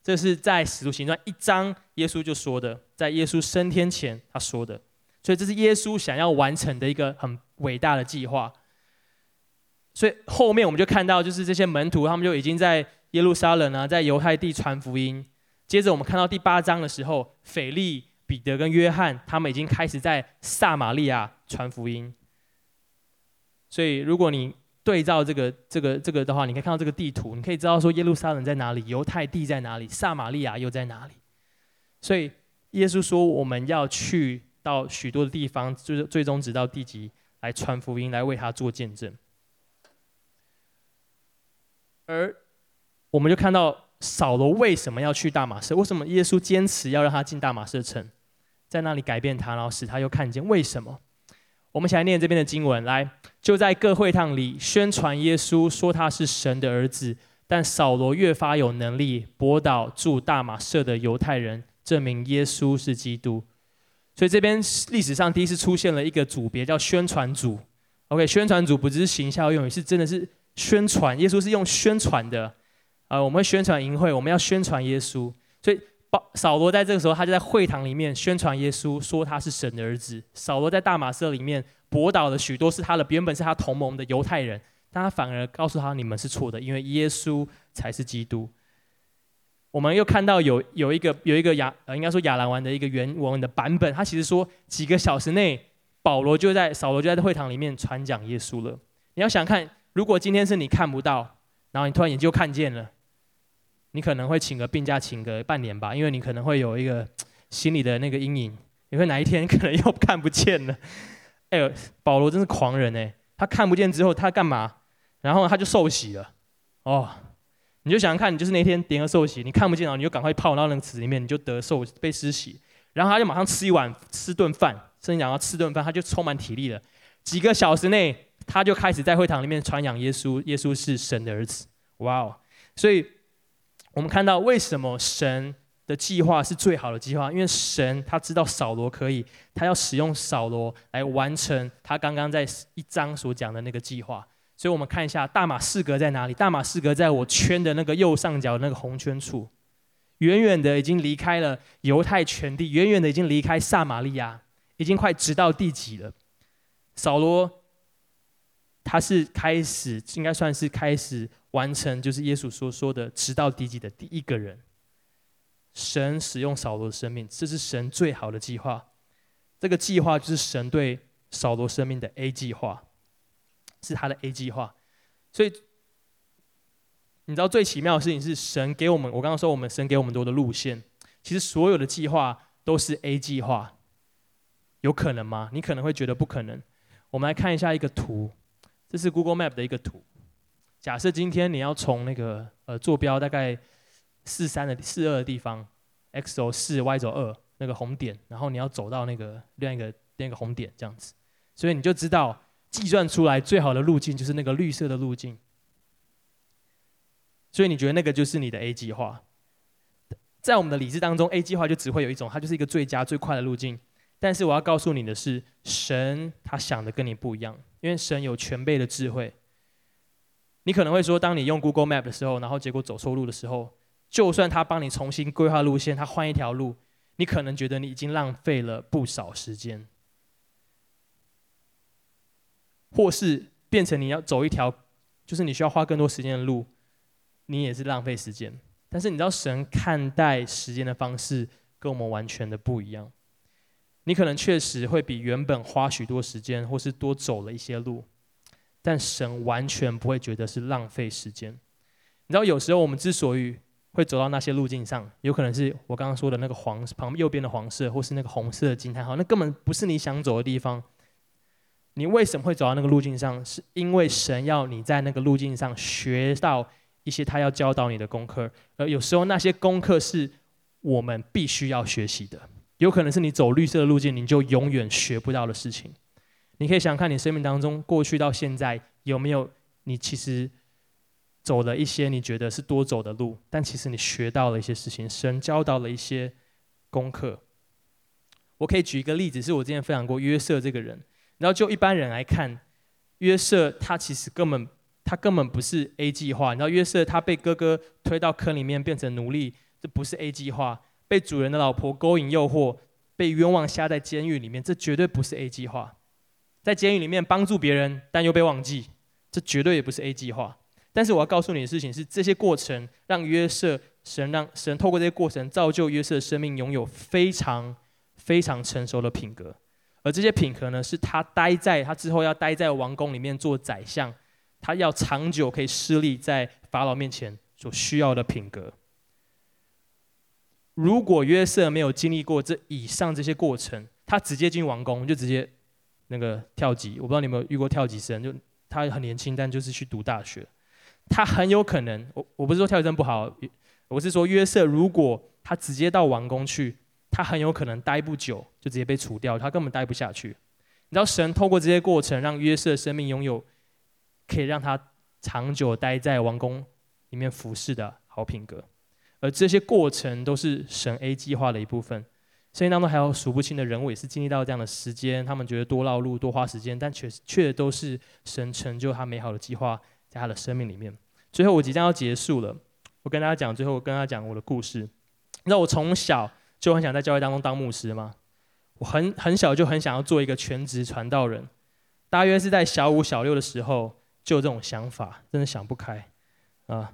A: 这是在使徒行传1章耶稣就说的，在耶稣升天前他说的，所以这是耶稣想要完成的一个很伟大的计划。所以后面我们就看到，就是这些门徒他们就已经在耶路撒冷啊，在犹太地传福音。接着我们看到第8章的时候，腓利、彼得跟约翰他们已经开始在撒玛利亚传福音。所以如果你对照这个的话，你可以看到这个地图，你可以知道说耶路撒冷在哪里，犹太地在哪里，撒玛利亚又在哪里。所以耶稣说我们要去到许多的地方，就是最终直到地极来传福音，来为他做见证。而我们就看到扫罗为什么要去大马色，为什么耶稣坚持要让他进大马色城，在那里改变他，然后使他又看见，为什么？我们一起来念这边的经文，来，就在各会堂里宣传耶稣，说他是神的儿子。但扫罗越发有能力，驳倒住大马色的犹太人，证明耶稣是基督。所以这边历史上第一次出现了一个组别，叫宣传组。OK， 宣传组不只是行销用语，是真的是宣传。耶稣是用宣传的，我们会宣传营会，我们要宣传耶稣。所以扫罗在这个时候，他就在会堂里面宣传耶稣，说他是神的儿子。扫罗在大马色里面驳倒了許多是他的原本是他同盟的犹太人，但他反而告诉他你们是错的，因为耶稣才是基督。我们又看到有一个应该说亚兰文的一个原文的版本，他其实说几个小时内，扫罗就在会堂里面传讲耶稣了。你要想看，如果今天是你看不到，然后你突然眼睛就看见了，你可能会请个病假，请个半年吧，因为你可能会有一个心理的那个阴影，你会哪一天可能又看不见了。保罗真是狂人哎，他看不见之后他干嘛？然后他就受洗了。你就想想看，你就是那天点个受洗，你看不见，然后你就赶快泡到那个池里面，你就被施洗，然后他就马上吃顿饭，甚至讲要吃顿饭，他就充满体力了。几个小时内，他就开始在会堂里面传扬耶稣，耶稣是神的儿子。哇哦！所以我们看到为什么神的计划是最好的计划，因为神他知道扫罗可以，他要使用扫罗来完成他刚刚在1章所讲的那个计划。所以我们看一下大马士革在哪里？大马士革在我圈的那个右上角那个红圈处，远远的已经离开了犹太全地，远远的已经离开撒玛利亚，已经快直到地极了。扫罗他是应该算是开始完成，就是耶稣所说的直到地极的第一个人。神使用扫罗的生命，这是神最好的计划。这个计划就是神对扫罗生命的 A 计划，是他的 A 计划。所以你知道最奇妙的事情是，神给我们，我刚刚说神给我们多的路线，其实所有的计划都是 A 计划。有可能吗？你可能会觉得不可能。我们来看一下一个图，这是 Google Map 的一个图。假设今天你要从那个坐标大概42的地方 ，X 轴4 ，Y 轴2那个红点，然后你要走到那个另一个红点这样子，所以你就知道计算出来最好的路径就是那个绿色的路径。所以你觉得那个就是你的 A 计划？在我们的理智当中 ，A 计划就只会有一种，它就是一个最佳最快的路径。但是我要告诉你的是，神他想的跟你不一样，因为神有全备的智慧。你可能会说，当你用 Google Map 的时候，然后结果走错路的时候，就算他帮你重新规划路线，他换一条路，你可能觉得你已经浪费了不少时间，或是变成你要走一条就是你需要花更多时间的路，你也是浪费时间。但是你知道神看待时间的方式跟我们完全的不一样。你可能确实会比原本花许多时间，或是多走了一些路，但神完全不会觉得是浪费时间。你知道有时候我们之所以会走到那些路径上，有可能是我刚刚说的那个右边的黄色，或是那个红色的惊叹号，那根本不是你想走的地方。你为什么会走到那个路径上？是因为神要你在那个路径上学到一些他要教导你的功课，而有时候那些功课是我们必须要学习的。有可能是你走绿色的路径，你就永远学不到的事情。你可以想想看，你生命当中过去到现在，有没有你其实走了一些你觉得是多走的路，但其实你学到了一些事情，神教导了一些功课。我可以举一个例子，是我之前分享过约瑟这个人。然后就一般人来看，约瑟他其实根本不是 A 计划。你知道约瑟他被哥哥推到坑里面变成奴隶， 这不是 A 计划。被主人的老婆勾引诱惑，被冤枉下在监狱里面，这绝对不是 A 计划。在监狱里面帮助别人，但又被忘记，这绝对也不是 A 计划。但是我要告诉你的事情是，这些过程让约瑟，神透过这些过程造就约瑟的生命拥有非常非常成熟的品格，而这些品格呢，是他之后要待在王宫里面做宰相，他要长久可以侍立在法老面前所需要的品格。如果约瑟没有经历过以上这些过程，他直接进王宫就直接那个跳级。我不知道你有没有遇过跳级生，就他很年轻，但就是去读大学，他很有可能，我不是说跳级生不好，我是说约瑟如果他直接到王宫去，他很有可能待不久就直接被除掉，他根本待不下去。你知道神透过这些过程，让约瑟的生命拥有可以让他长久待在王宫里面服侍的好品格。而这些过程都是神 A 计划的一部分。圣经当中还有数不清的人物也是经历到这样的时间，他们觉得多绕路、多花时间，但却都是神成就他美好的计划在他的生命里面。最后我即将要结束了，我跟大家讲，最后我跟大家讲我的故事。你知道我从小就很想在教会当中当牧师吗？我很小就很想要做一个全职传道人，大约是在小5、小6的时候就有这种想法，真的想不开啊。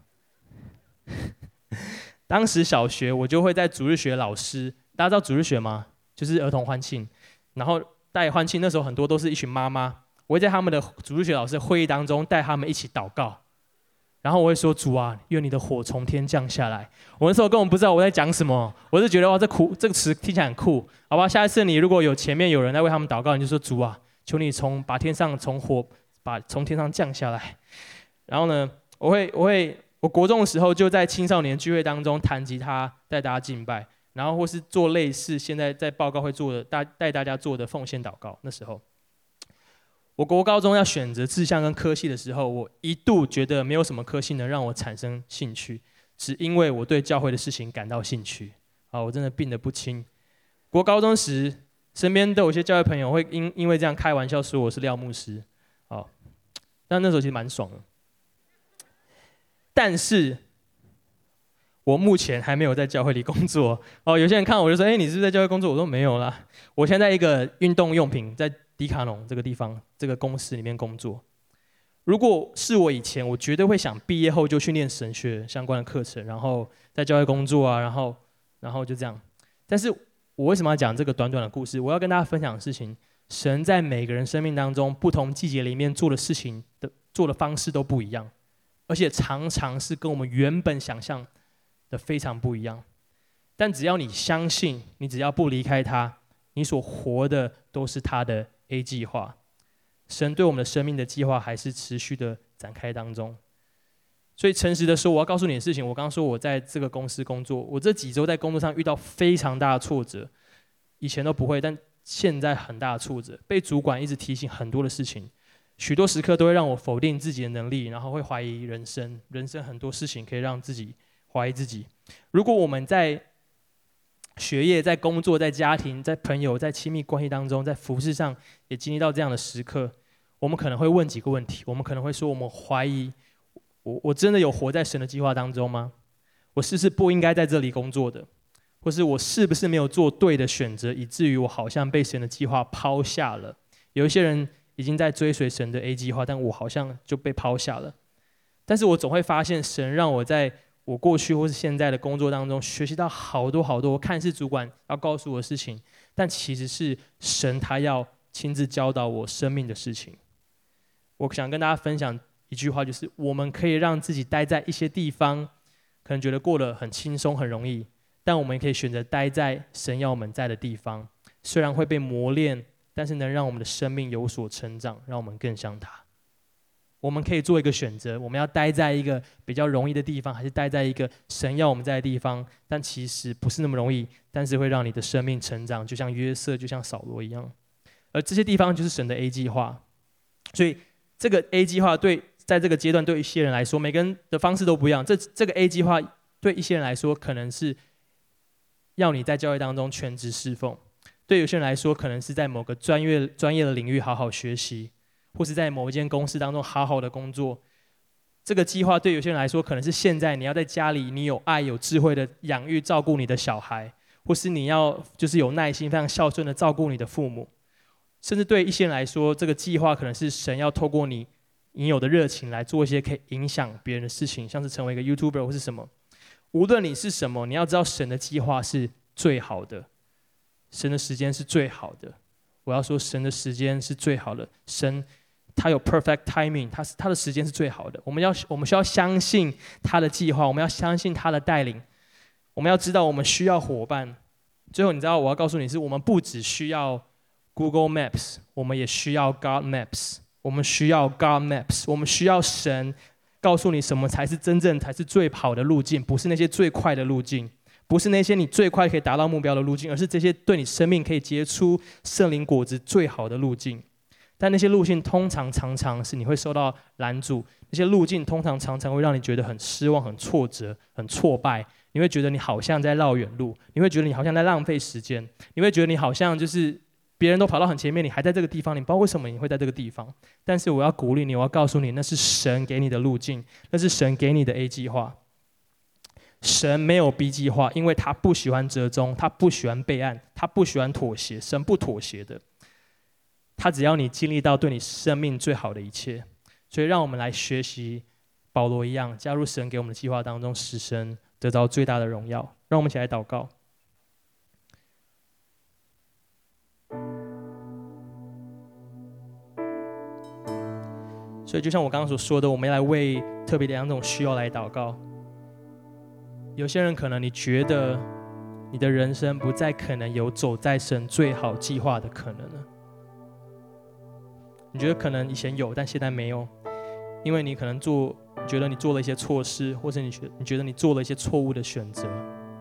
A: 当时小学我就会在主日学老师，大家知道主日学吗？就是儿童欢庆，然后带欢庆，那时候很多都是一群妈妈，我会在他们的主日学老师的会议当中带他们一起祷告，然后我会说：主啊，愿你的火从天降下来。我那时候根本不知道我在讲什么，我是觉得哇，这个词听起来很酷，好吧？下一次你如果有前面有人在为他们祷告，你就说：主啊，求你从天上降下来。然后呢，我国中的时候就在青少年聚会当中弹吉他，带大家敬拜，然后或是做类似现在在报告会做的带大家做的奉献祷告。那时候，我国高中要选择志向跟科系的时候，我一度觉得没有什么科系能让我产生兴趣，只因为我对教会的事情感到兴趣。我真的病得不轻。国高中时，身边都有一些教会朋友会因为这样开玩笑说我是廖牧师，但那时候其实蛮爽的。但是我目前还没有在教会里工作。有些人看我就说：你是不是在教会工作？我说没有啦，我现在在一个运动用品，在迪卡侬这个地方这个公司里面工作。如果是我以前，我绝对会想毕业后就去念神学相关的课程，然后在教会工作啊，然后就这样。但是我为什么要讲这个短短的故事？我要跟大家分享的事情，神在每个人生命当中不同季节里面做的事情做的方式都不一样。而且常常是跟我们原本想象的非常不一样，但只要你相信，你只要不离开他，你所活的都是他的 A 计划。神对我们的生命的计划还是持续的展开当中。所以诚实的说，我要告诉你的事情，我刚刚说我在这个公司工作，我这几周在工作上遇到非常大的挫折，以前都不会，但现在很大的挫折，被主管一直提醒很多的事情。许多时刻都会让我否定自己的能力，然后会怀疑人生很多事情可以让自己怀疑自己。如果我们在学业、在工作、在家庭、在朋友、在亲密关系当中，在服事上也经历到这样的时刻，我们可能会问几个问题。我们可能会说：我们怀疑我真的有活在神的计划当中吗？我是不是不应该在这里工作的？或是我是不是没有做对的选择，以至于我好像被神的计划抛下了？有一些人已经在追随神的 A 计划，但我好像就被抛下了。但是我总会发现，神让我在我过去或是现在的工作当中学习到好多看似主管要告诉我的事情，但其实是神他要亲自教导我生命的事情。我想跟大家分享一句话，就是我们可以让自己待在一些地方，可能觉得过得很轻松很容易，但我们也可以选择待在神要我们在的地方，虽然会被磨练，但是能让我们的生命有所成长，让我们更像他。我们可以做一个选择，我们要待在一个比较容易的地方，还是待在一个神要我们在的地方？但其实不是那么容易，但是会让你的生命成长，就像约瑟，就像扫罗一样。而这些地方就是神的 A 计划。所以这个 A 计划在这个阶段对一些人来说，每个人的方式都不一样。这个 A 计划对一些人来说，可能是要你在教会当中全职侍奉。对有些人来说，可能是在某个专业的领域好好学习，或是在某一间公司当中好好的工作。 这个计划对有些人来说，可能是现在你要在家里，你有爱、有智慧的养育、照顾你的小孩，或是你要就是有耐心、非常孝顺的照顾你的父母。甚至对一些人来说，这个计划可能是神要透过你有的热情来做一些可以影响别人的事情，像是成为一个 YouTuber 或是什么。无论你是什么，你要知道神的计划是最好的，神的时间是最好的。我要说，神的时间是最好的，神他有 perfect timing， 他的时间是最好的。我们需要相信他的计划，我们要相信他的带领，我们要知道我们需要伙伴。最后，你知道我要告诉你是，我们不只需要 Google Maps， 我们也需要 God Maps。我们需要 God Maps， 我们需要神告诉你什么才是真正才是最好的路径，不是那些最快的路径，不是那些你最快可以达到目标的路径，而是这些对你生命可以结出圣灵果子最好的路径。但那些路径通常常常是你会受到拦阻，那些路径通常常常会让你觉得很失望、很挫折、很挫败。你会觉得你好像在绕远路，你会觉得你好像在浪费时间，你会觉得你好像就是别人都跑到很前面，你还在这个地方，你不知道为什么你会在这个地方。但是我要鼓励你，我要告诉你，那是神给你的路径，那是神给你的 A 计划。神没有 B 计划，因为他不喜欢折中，他不喜欢备案，他不喜欢妥协，神不妥协的。他只要你经历到对你生命最好的一切。所以让我们来学习保罗一样，加入神给我们的计划当中，使神得到最大的荣耀。让我们一起来祷告。所以就像我刚刚所说的，我们要来为特别的两种需要来祷告。有些人可能你觉得你的人生不再可能有走在神最好计划的可能了，你觉得可能以前有，但现在没有，因为你可能觉得你做了一些错事，或者你觉得你做了一些错误的选择。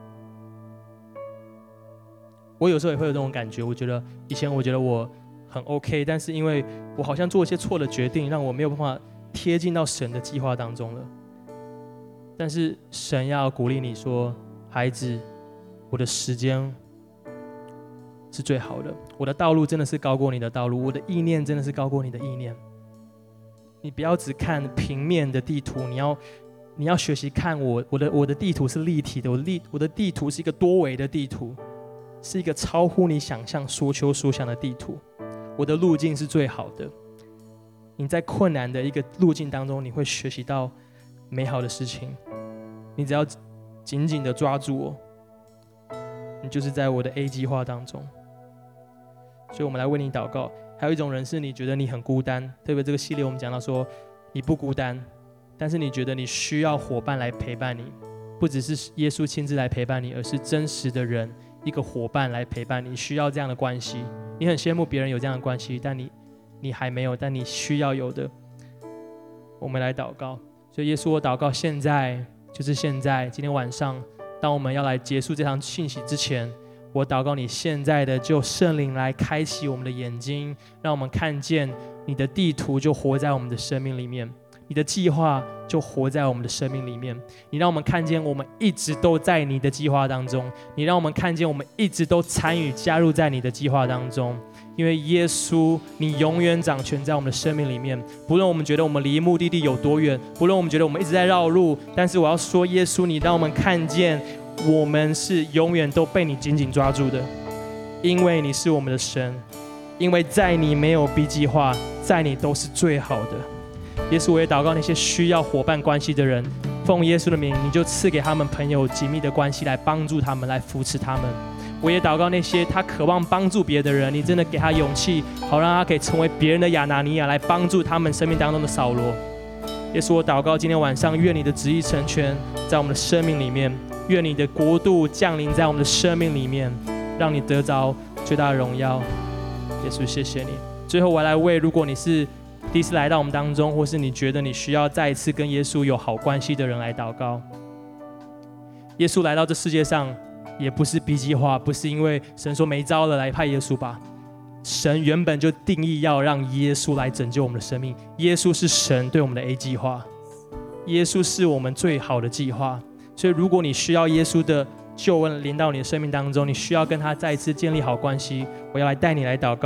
A: 我有时候也会有这种感觉，我觉得以前我觉得我很 OK， 但是因为我好像做一些错的决定，让我没有办法贴近到神的计划当中了。但是神要鼓励你说，孩子，我的时间是最好的，我的道路真的是高过你的道路，我的意念真的是高过你的意念。你不要只看平面的地图，你要学习看我的地图是立体的，我的地图是一个多维的地图，是一个超乎你想象所求所想的地图。我的路径是最好的。你在困难的一个路径当中，你会学习到美好的事情。你只要紧紧的抓住我，你就是在我的 A 计划当中。所以我们来为你祷告。还有一种人是你觉得你很孤单，特别这个系列我们讲到说你不孤单，但是你觉得你需要伙伴来陪伴你，不只是耶稣亲自来陪伴你，而是真实的人，一个伙伴来陪伴你，需要这样的关系。你很羡慕别人有这样的关系，但你还没有，但你需要有的。我们来祷告。所以耶稣，我祷告现在就是现在，今天晚上当我们要来结束这场信息之前，我祷告你现在的就圣灵来开启我们的眼睛，让我们看见你的地图就活在我们的生命里面，你的计划就活在我们的生命里面。你让我们看见我们一直都在你的计划当中，你让我们看见我们一直都参与加入在你的计划当中。因为耶稣，你永远掌权在我们的生命里面。不论我们觉得我们离目的地有多远，不论我们觉得我们一直在绕路，但是我要说，耶稣，你让我们看见我们是永远都被你紧紧抓住的，因为你是我们的神，因为在你没有 B 计划，在你都是最好的。耶稣，我也祷告那些需要伙伴关系的人，奉耶稣的名，你就赐给他们朋友紧密的关系来帮助他们，来扶持他们。我也祷告那些他渴望帮助别的人，你真的给他勇气，好让他可以成为别人的亚拿尼亚，来帮助他们生命当中的扫罗。耶稣，我祷告今天晚上，愿你的旨意成全在我们的生命里面，愿你的国度降临在我们的生命里面，让你得着最大的荣耀。耶稣，谢谢你。最后我来为如果你是第一次来到我们当中，或是你觉得你需要再一次跟耶稣有好关系的人来祷告。耶稣来到这世界上也不是 B 计划，不是因为神说没招了来派耶稣吧。神原本就定义要让耶稣来拯救我们的生命，耶稣是神对我们的 A 计划，耶稣是我们最好的计划。所以如果你需要耶稣的救恩临到你的生命当中，你需要跟他再一次建立好关系，我要来带你来祷告。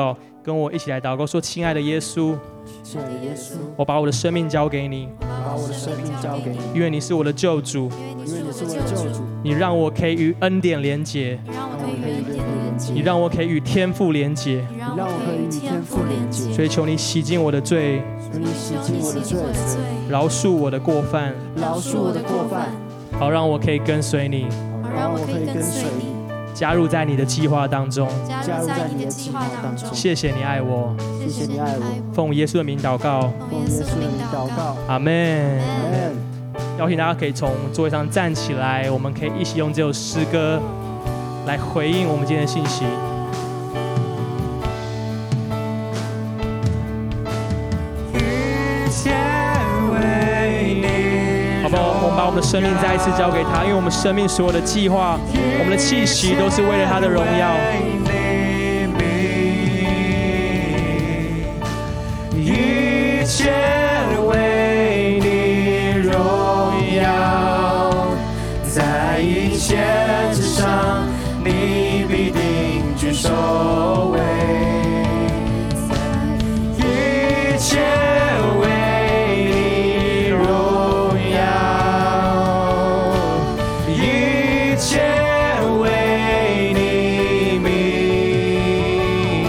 A: 跟我一起来祷告说：亲爱的耶稣，
B: 亲爱的耶稣，
A: 我把我的生命交给你，
B: 把我的生命交给你，
A: 因为你是我的救主，
B: 因为你是我的救主，
A: 你让我可以与恩典连结，
B: 让我可以与恩典连接，
A: 你让我可以与天父连结，
B: 你让我可以与天父连接，
A: 所以求你洗净我的罪，
B: 求你洗净我的罪，
A: 饶恕我的过犯，
B: 饶恕我的过犯，
A: 好让我可以跟随你，
B: 好让我可以跟随你，
A: 加入在你的计划当中。
B: 加入在你的计划当中。
A: 谢谢你爱我，
B: 谢谢你爱我，
A: 奉耶稣的名祷告，
B: 奉耶稣的名祷告，
A: 阿门。
B: Amen。
A: 邀请大家可以从座位上站起来，我们可以一起用这首诗歌来回应我们今天的信息。好不好？我们把我们的生命再一次交给他，因为我们生命所有的计划，我们的气息都是为了他的荣耀。一切为你荣耀，在一切之上，你必定居首位。一切为你荣耀，一切为你名，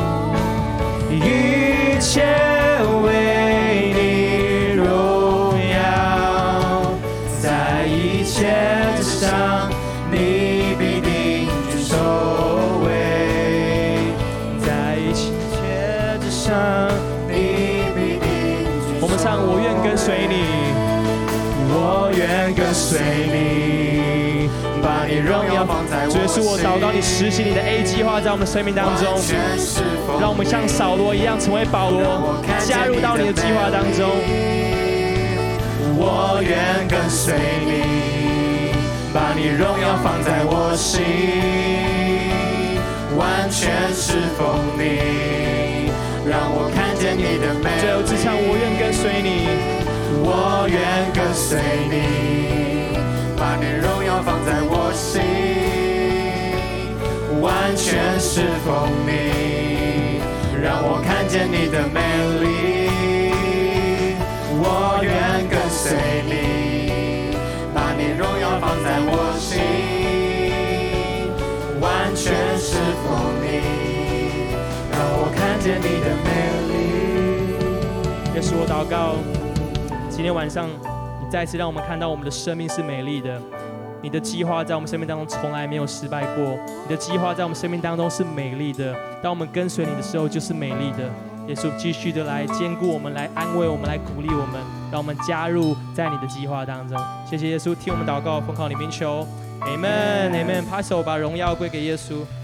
A: 一切为你荣耀，在一切之上，你必定居首位，在一切之上，你必定居首位。我们唱，我愿跟随你，我愿跟随你，把你荣耀放在我心。主耶稣，我祷告你实行你的 A 计划在我们生命当中，让我们像扫罗一样成为保罗，加入到你的计划当中。我愿跟随你，把你荣耀放在我心，完全侍奉你，让我看见你的美。最后只唱，我愿跟随你，我愿跟随你，把你荣耀放在我心，完全侍奉你，让我看见你的美丽。我愿跟随你，把你荣耀放在我心，完全侍奉你，让我看见你的美丽。也是我祷告，今天晚上你再次让我们看到我们的生命是美丽的。你的计划在我们生命当中从来没有失败过，你的计划在我们生命当中是美丽的。当我们跟随你的时候，就是美丽的。耶稣继续的来兼顾我们，来安慰我们，来鼓励我们，让我们加入在你的计划当中。谢谢耶稣，听我们祷告，奉靠你名求， Amen， Amen。拍手，把荣耀归给耶稣。